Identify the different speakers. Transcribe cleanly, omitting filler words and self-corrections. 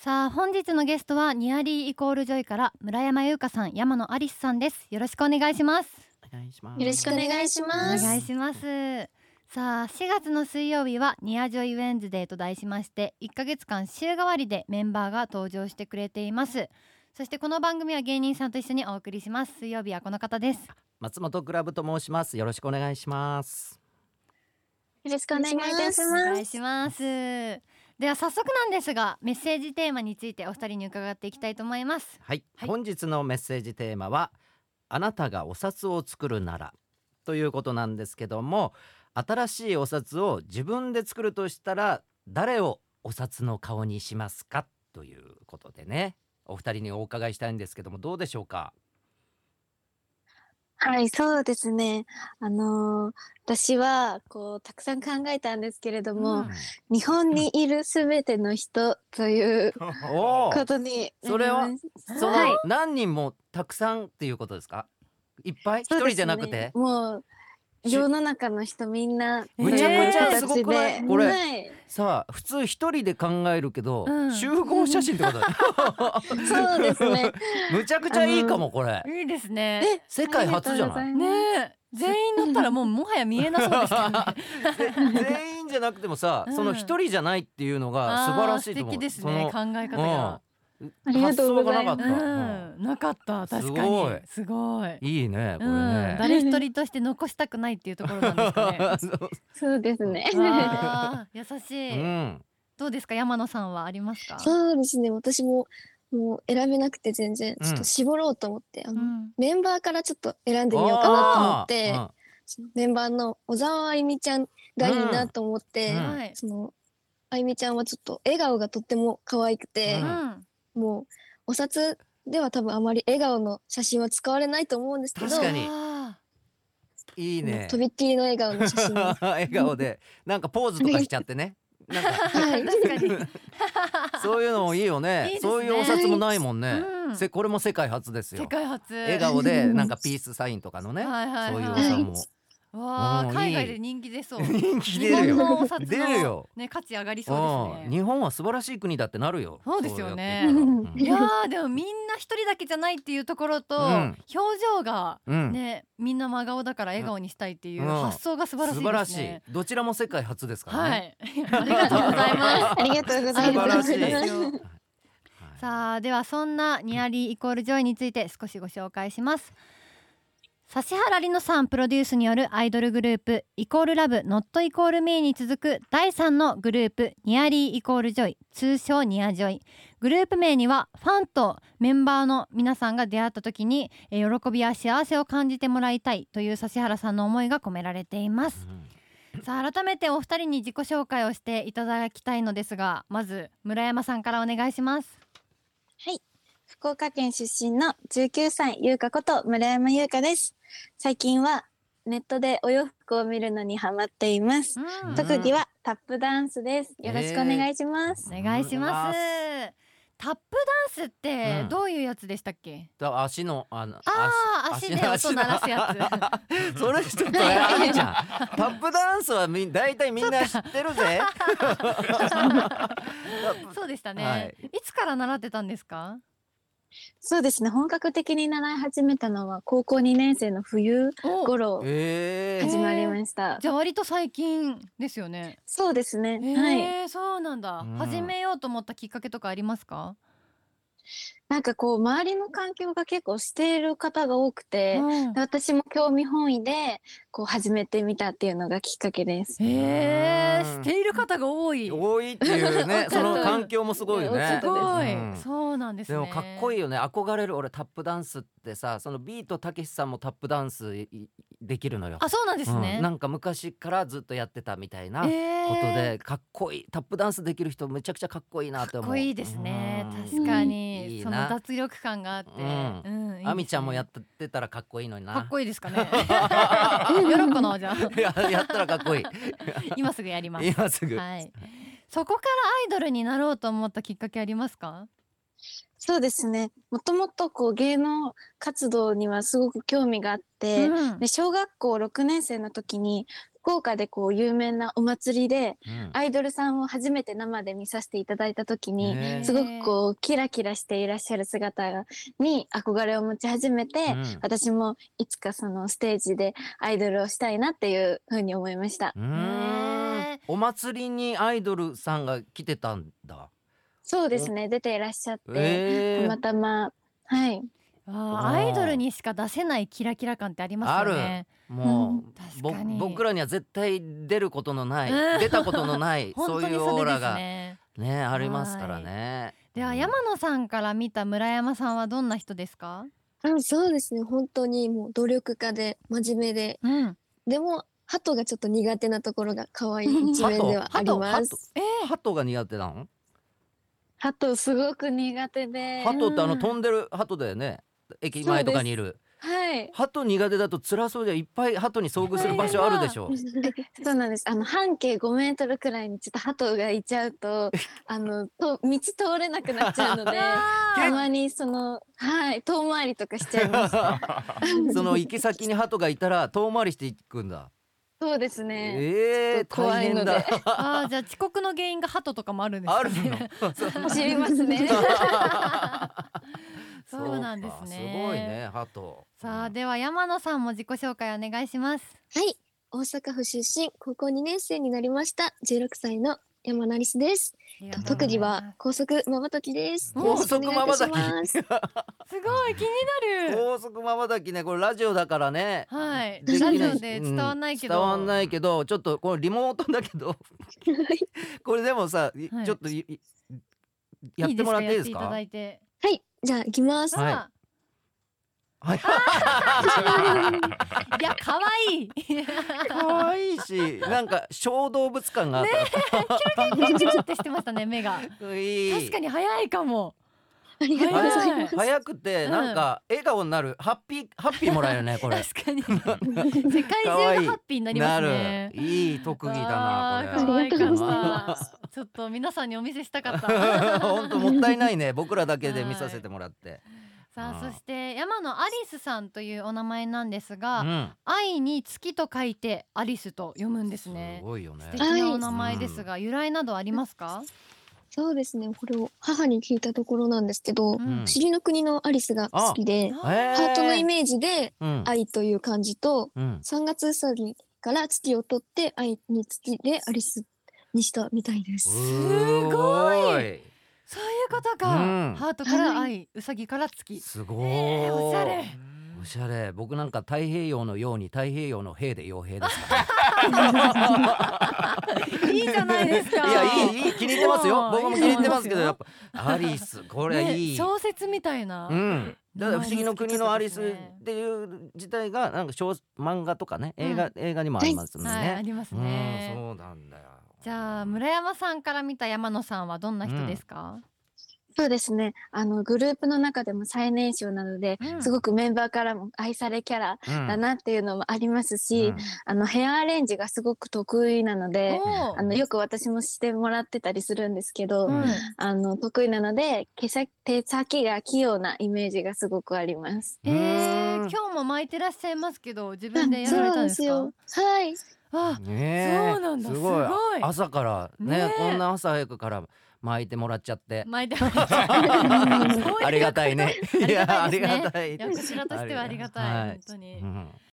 Speaker 1: さあ本日のゲストはニアリーイコールジョイから村山優香さん、山野アリスさんです。よろしくお願いします。
Speaker 2: お願いします。
Speaker 3: よろしくお願いし
Speaker 1: お
Speaker 3: ます。
Speaker 1: 願いします。さあ4月の水曜日はニアジョイウェンズデーと題しまして、1ヶ月間週替わりでメンバーが登場してくれています。そしてこの番組は芸人さんと一緒にお送りします。水曜日はこの方です。
Speaker 2: 松本クラブと申します。よろしくお願いします。
Speaker 3: よろしくお願いいたし
Speaker 1: お
Speaker 3: ます。
Speaker 1: 願いします。では早速なんですが、メッセージテーマについてお二人に伺っていきたいと思います。
Speaker 2: はい、
Speaker 1: はい、
Speaker 2: 本日のメッセージテーマはあなたがお札を作るならということなんですけども、新しいお札を自分で作るとしたら誰をお札の顔にしますかということでね、お二人にお伺いしたいんですけども、どうでしょうか。
Speaker 3: はい、そうですね。私はたくさん考えたんですけれども、日本にいるすべての人という
Speaker 2: おー
Speaker 3: ことにな
Speaker 2: それは
Speaker 3: ります。
Speaker 2: その、
Speaker 3: はい、
Speaker 2: 何人もたくさんっていうことですか。いっぱい一人
Speaker 3: そうですね。
Speaker 2: じゃなくて
Speaker 3: もう世の中の人みんなと
Speaker 2: むちゃくちゃすごくない、これ、
Speaker 3: はい、
Speaker 2: さあ普通一人で考えるけど、
Speaker 1: うん
Speaker 2: 集合写真ってことだ
Speaker 3: そうですね。
Speaker 2: むちゃくちゃいいかもこれ。
Speaker 1: いいですね。
Speaker 2: 世界初じゃない。
Speaker 1: ねえ、全員乗ったらもはや見えなそうですけどね。
Speaker 2: 全員じゃなくてもさ、
Speaker 1: うん
Speaker 2: その一人じゃないっていうのが素晴らしいと思う。
Speaker 1: 素敵ですね、考え方が。
Speaker 3: ありがとうございます
Speaker 2: 発想がなかった、
Speaker 1: なかった。確か
Speaker 2: す
Speaker 1: に
Speaker 2: ごい
Speaker 1: すごい。
Speaker 2: いいねこれね、
Speaker 1: 誰一人として残したくないっていうところなんですかね。
Speaker 3: そうですね。
Speaker 1: 優し
Speaker 2: う
Speaker 1: い。
Speaker 2: ん、
Speaker 1: どうですか、山野さんはありますか？
Speaker 4: そうですね。私ももう選べなくて全然ちょっと絞ろうと思って、メンバーからちょっと選んでみようかなと思って、そのメンバーの小沢あゆみちゃんがいいなと思って、そのあゆみちゃんはちょっと笑顔がとっても可愛くて、もうお札では多分あまり笑顔の写真は使われないと思うんですけど、
Speaker 2: 確かにいいね。
Speaker 4: とびっきりの笑顔の写真
Speaker 2: 笑顔でなんかポーズとかしちゃってね。なんか
Speaker 1: 確かに
Speaker 2: そういうのもいいよね。
Speaker 1: いいですね。
Speaker 2: そういうお札もないもんね。これも世界初ですよ。
Speaker 1: 世界初。
Speaker 2: 笑顔でなんかピースサインとかのね、そういうお札も。
Speaker 1: わあ、海外で人気出そう。
Speaker 2: 人気出るよ。
Speaker 1: 日本のお札の
Speaker 2: 出るよ。
Speaker 1: ね、価値上がりそうですね。
Speaker 2: 日本は素晴らしい国だってなるよ。
Speaker 1: そうですよね。いやー、でもみんな一人だけじゃないっていうところと、表情がね、みんな真顔だから笑顔にしたいっていう発想が素晴らしいですね。
Speaker 2: 素晴らしい。どちらも世界初ですからね。
Speaker 1: はい。ありがとうございます。
Speaker 3: ありがとうございます。
Speaker 2: 素晴らしい。
Speaker 1: さあ、ではそんなニアリーイコールジョイについて少しご紹介します。指原莉乃さんプロデュースによるアイドルグループイコールラブノットイコールミーに続く第3のグループニアリーイコールジョイ、通称ニアジョイ。グループ名にはファンとメンバーの皆さんが出会った時に喜びや幸せを感じてもらいたいという指原さんの思いが込められています。さあ、改めてお二人に自己紹介をしていただきたいのですが、まず村山さんからお願いします。
Speaker 3: はい、福岡県出身の19歳優香こと村山優香です。最近はネットでお洋服を見るのにハマっています。特技はタップダンスです。よろしくお願いします。
Speaker 1: お願いします。タップダンスってどういうやつでしたっけ？
Speaker 2: 足の
Speaker 1: 足で音鳴らすや
Speaker 2: つ。それちょっとやるじゃん。タップダンスは大体みんな知ってるぜ。
Speaker 1: そうでしたね。いつから習ってたんですか？
Speaker 3: そうですね、本格的に習い始めたのは高校2年生の冬頃始まりました。
Speaker 1: じゃあ割と最近ですよね。
Speaker 3: そうですね。はい。
Speaker 1: そうなんだ。始めようと思ったきっかけとかありますか？
Speaker 3: なんか周りの環境が結構している方が多くて、私も興味本位で始めてみたっていうのがきっかけです。
Speaker 1: している方が多い
Speaker 2: っていうね、その環境もすごいよね。
Speaker 1: すごい、そうなんですね。
Speaker 2: でもかっこいいよね。憧れる。俺タップダンスってさ、そのビートたけしさんもタップダンスできるのよ。
Speaker 1: あ、そうなんですね。
Speaker 2: なんか昔からずっとやってたみたいなことで、かっこいい。タップダンスできる人めちゃくちゃかっこいいなって思う。
Speaker 1: かっこいいですね。確かにその脱力感があって、
Speaker 2: あみちゃんもやってたらかっこいいのにな。
Speaker 1: かっこいいですかね。やろうかな、じゃ
Speaker 2: あ。やったらかっこいい。
Speaker 1: 今すぐやります。
Speaker 2: 今すぐ。
Speaker 1: はい。そこからアイドルになろうと思ったきっかけありますか？
Speaker 3: そうですね。もともと芸能活動にはすごく興味があって、で小学校6年生の時に福岡でこう有名なお祭りで
Speaker 2: うん
Speaker 3: アイドルさんを初めて生で見させていただいた時に
Speaker 2: へー
Speaker 3: すごくこうキラキラしていらっしゃる姿に憧れを持ち始めて、
Speaker 2: うん
Speaker 3: 私もいつかそのステージでアイドルをしたいなっていうふうに思いました。
Speaker 1: へー
Speaker 2: お祭りにアイドルさんが来てたんだ。
Speaker 3: そうですね、出ていらっしゃって、
Speaker 2: え
Speaker 3: たまたまはい
Speaker 1: アイドルにしか出せないキラキラ感ってありますよね。
Speaker 2: もう、
Speaker 1: 確かに
Speaker 2: 僕らには絶対出ることのない、
Speaker 1: うん
Speaker 2: 出たことのない
Speaker 1: 本当に
Speaker 2: そういうオ
Speaker 1: それです
Speaker 2: ーラが
Speaker 1: ね。
Speaker 2: ねありますからね。
Speaker 1: では山野さんから見た村山さんはどんな人ですか？
Speaker 4: そうですね。本当にもう努力家で真面目で、
Speaker 1: うん。
Speaker 4: でも鳩がちょっと苦手なところが可愛い一面ではあります。
Speaker 2: 鳩が苦手なの？
Speaker 3: 鳩すごく苦手で、
Speaker 2: 鳩って
Speaker 1: うん
Speaker 2: 飛んでる鳩だよね。駅前とかにいる。
Speaker 3: はい
Speaker 2: 鳩苦手だと辛そうじゃいっぱい鳩に遭遇する場所あるでしょ。
Speaker 3: そうなんです。半径5メートルくらいにちょっと鳩がいちゃうと、道通れなくなっちゃうので、たまに遠回りとかしちゃいます。
Speaker 2: その行き先に鳩がいたら遠回りしていくんだ。
Speaker 3: そうですね。ちょっと怖
Speaker 2: 大変
Speaker 3: いので
Speaker 2: だ。
Speaker 1: じゃあ遅刻の原因が鳩とかもあるんですか
Speaker 2: あるの
Speaker 1: ね。。
Speaker 3: 走りますね。
Speaker 1: そうなんですね。
Speaker 2: すごいね鳩。
Speaker 1: さあでは山野さんも自己紹介お願いします。
Speaker 4: はい、大阪府出身、高校2年生になりました16歳の山成リです。特技は高速瞬きです。
Speaker 2: 高速
Speaker 4: よろしくお
Speaker 2: 瞬
Speaker 4: 願いいたします
Speaker 1: すごい気になる。
Speaker 2: 高速瞬きね、これラジオだからね。
Speaker 1: はい。
Speaker 2: できない
Speaker 1: ラジオで伝わんないけど。
Speaker 2: 伝わんないけど、ちょっとこれリモートだけどこれでもさ、
Speaker 1: はい
Speaker 2: ちょっとやってもらっていいです
Speaker 1: やっていた
Speaker 2: か？
Speaker 1: だいて。
Speaker 4: はい、じゃあ行きます。
Speaker 2: はい
Speaker 1: あ
Speaker 2: はい。
Speaker 1: いや可愛い。
Speaker 2: 可愛いし、なんか小動物感があっ
Speaker 1: キラってしてましたね目が。
Speaker 2: た。いい。
Speaker 1: 確かに早いかも。
Speaker 4: ありがとうござい
Speaker 1: 早い
Speaker 4: ます。
Speaker 2: 早くてなんか笑顔になる、ハッピーもらえるねこれ。
Speaker 1: 確かに。世界中がハッピーになりますね。
Speaker 2: いい特技だなこれ。
Speaker 1: 可愛か
Speaker 4: ありがとうござい
Speaker 1: った。ちょっと皆さんにお見せしたかった。
Speaker 2: 本当もったいないね、僕らだけで見させてもらって。
Speaker 1: さあそして山野アリスさんというお名前なんですが、
Speaker 2: うん、
Speaker 1: 愛に月と書いてアリスと読むんですね
Speaker 2: す。ごいよね
Speaker 1: 素。敵なお名前ですが、由来などありますか？
Speaker 4: そうですね。これを母に聞いたところなんですけど、
Speaker 1: うん
Speaker 4: 不思議の国のアリスが好きで、
Speaker 1: あ
Speaker 4: ハートのイ
Speaker 2: ー
Speaker 4: メージで
Speaker 2: うん
Speaker 4: 愛という漢字と、
Speaker 2: うん、
Speaker 4: 3月うさぎから月を取って愛に月でアリスにしたみたいです。
Speaker 2: すごい。
Speaker 1: そういうことか、
Speaker 2: うん
Speaker 1: ハートから愛、うさぎから月。
Speaker 2: すごい。
Speaker 1: おしゃれ。
Speaker 2: おしゃれ。僕なんか太平洋のように太平洋の兵で傭兵ですから。
Speaker 1: いいじゃないですか。
Speaker 2: いやいい気に入ってますよ。僕も気に入ってますけど、やっ
Speaker 1: ぱ
Speaker 2: ぱアリスこれいい。
Speaker 1: 小説みたいな。
Speaker 2: うん。だから不思議の国のアリス
Speaker 1: 名前の付け方ですね
Speaker 2: っていう自体がなんか漫画とかね、映画にもありますもん
Speaker 1: はい、あ
Speaker 2: ね。
Speaker 1: ります
Speaker 2: うん、
Speaker 1: ね。
Speaker 2: そうなんだよ。
Speaker 1: じゃあ村山さんから見た山野さんはどんな人ですか？
Speaker 3: そうですね。グループの中でも最年少なので、
Speaker 1: うん
Speaker 3: すごくメンバーからも愛されキャラ
Speaker 2: うん
Speaker 3: だなっていうのもありますし、ヘアアレンジがすごく得意なので、
Speaker 1: おー
Speaker 3: よく私もしてもらってたりするんですけど、
Speaker 1: うん
Speaker 3: 得意なので手先が器用なイメージがすごくあります。
Speaker 1: 今日も巻いてらっしゃいますけど自分でやられたんですか？
Speaker 4: そうなんですよ。はい。
Speaker 1: あ、
Speaker 2: ねえ、
Speaker 1: そうなんだ
Speaker 2: すごい。
Speaker 1: すごい
Speaker 2: 朝からね
Speaker 1: ねえ
Speaker 2: こんな朝早くから巻いてもらっちゃって。
Speaker 1: 巻いてもらっちゃうすごい
Speaker 2: ありがたいね。
Speaker 1: ありがたいですね
Speaker 2: いやありがたい。
Speaker 1: いやこちらとしてはありがたい、
Speaker 2: はい
Speaker 1: 本当に、
Speaker 2: うん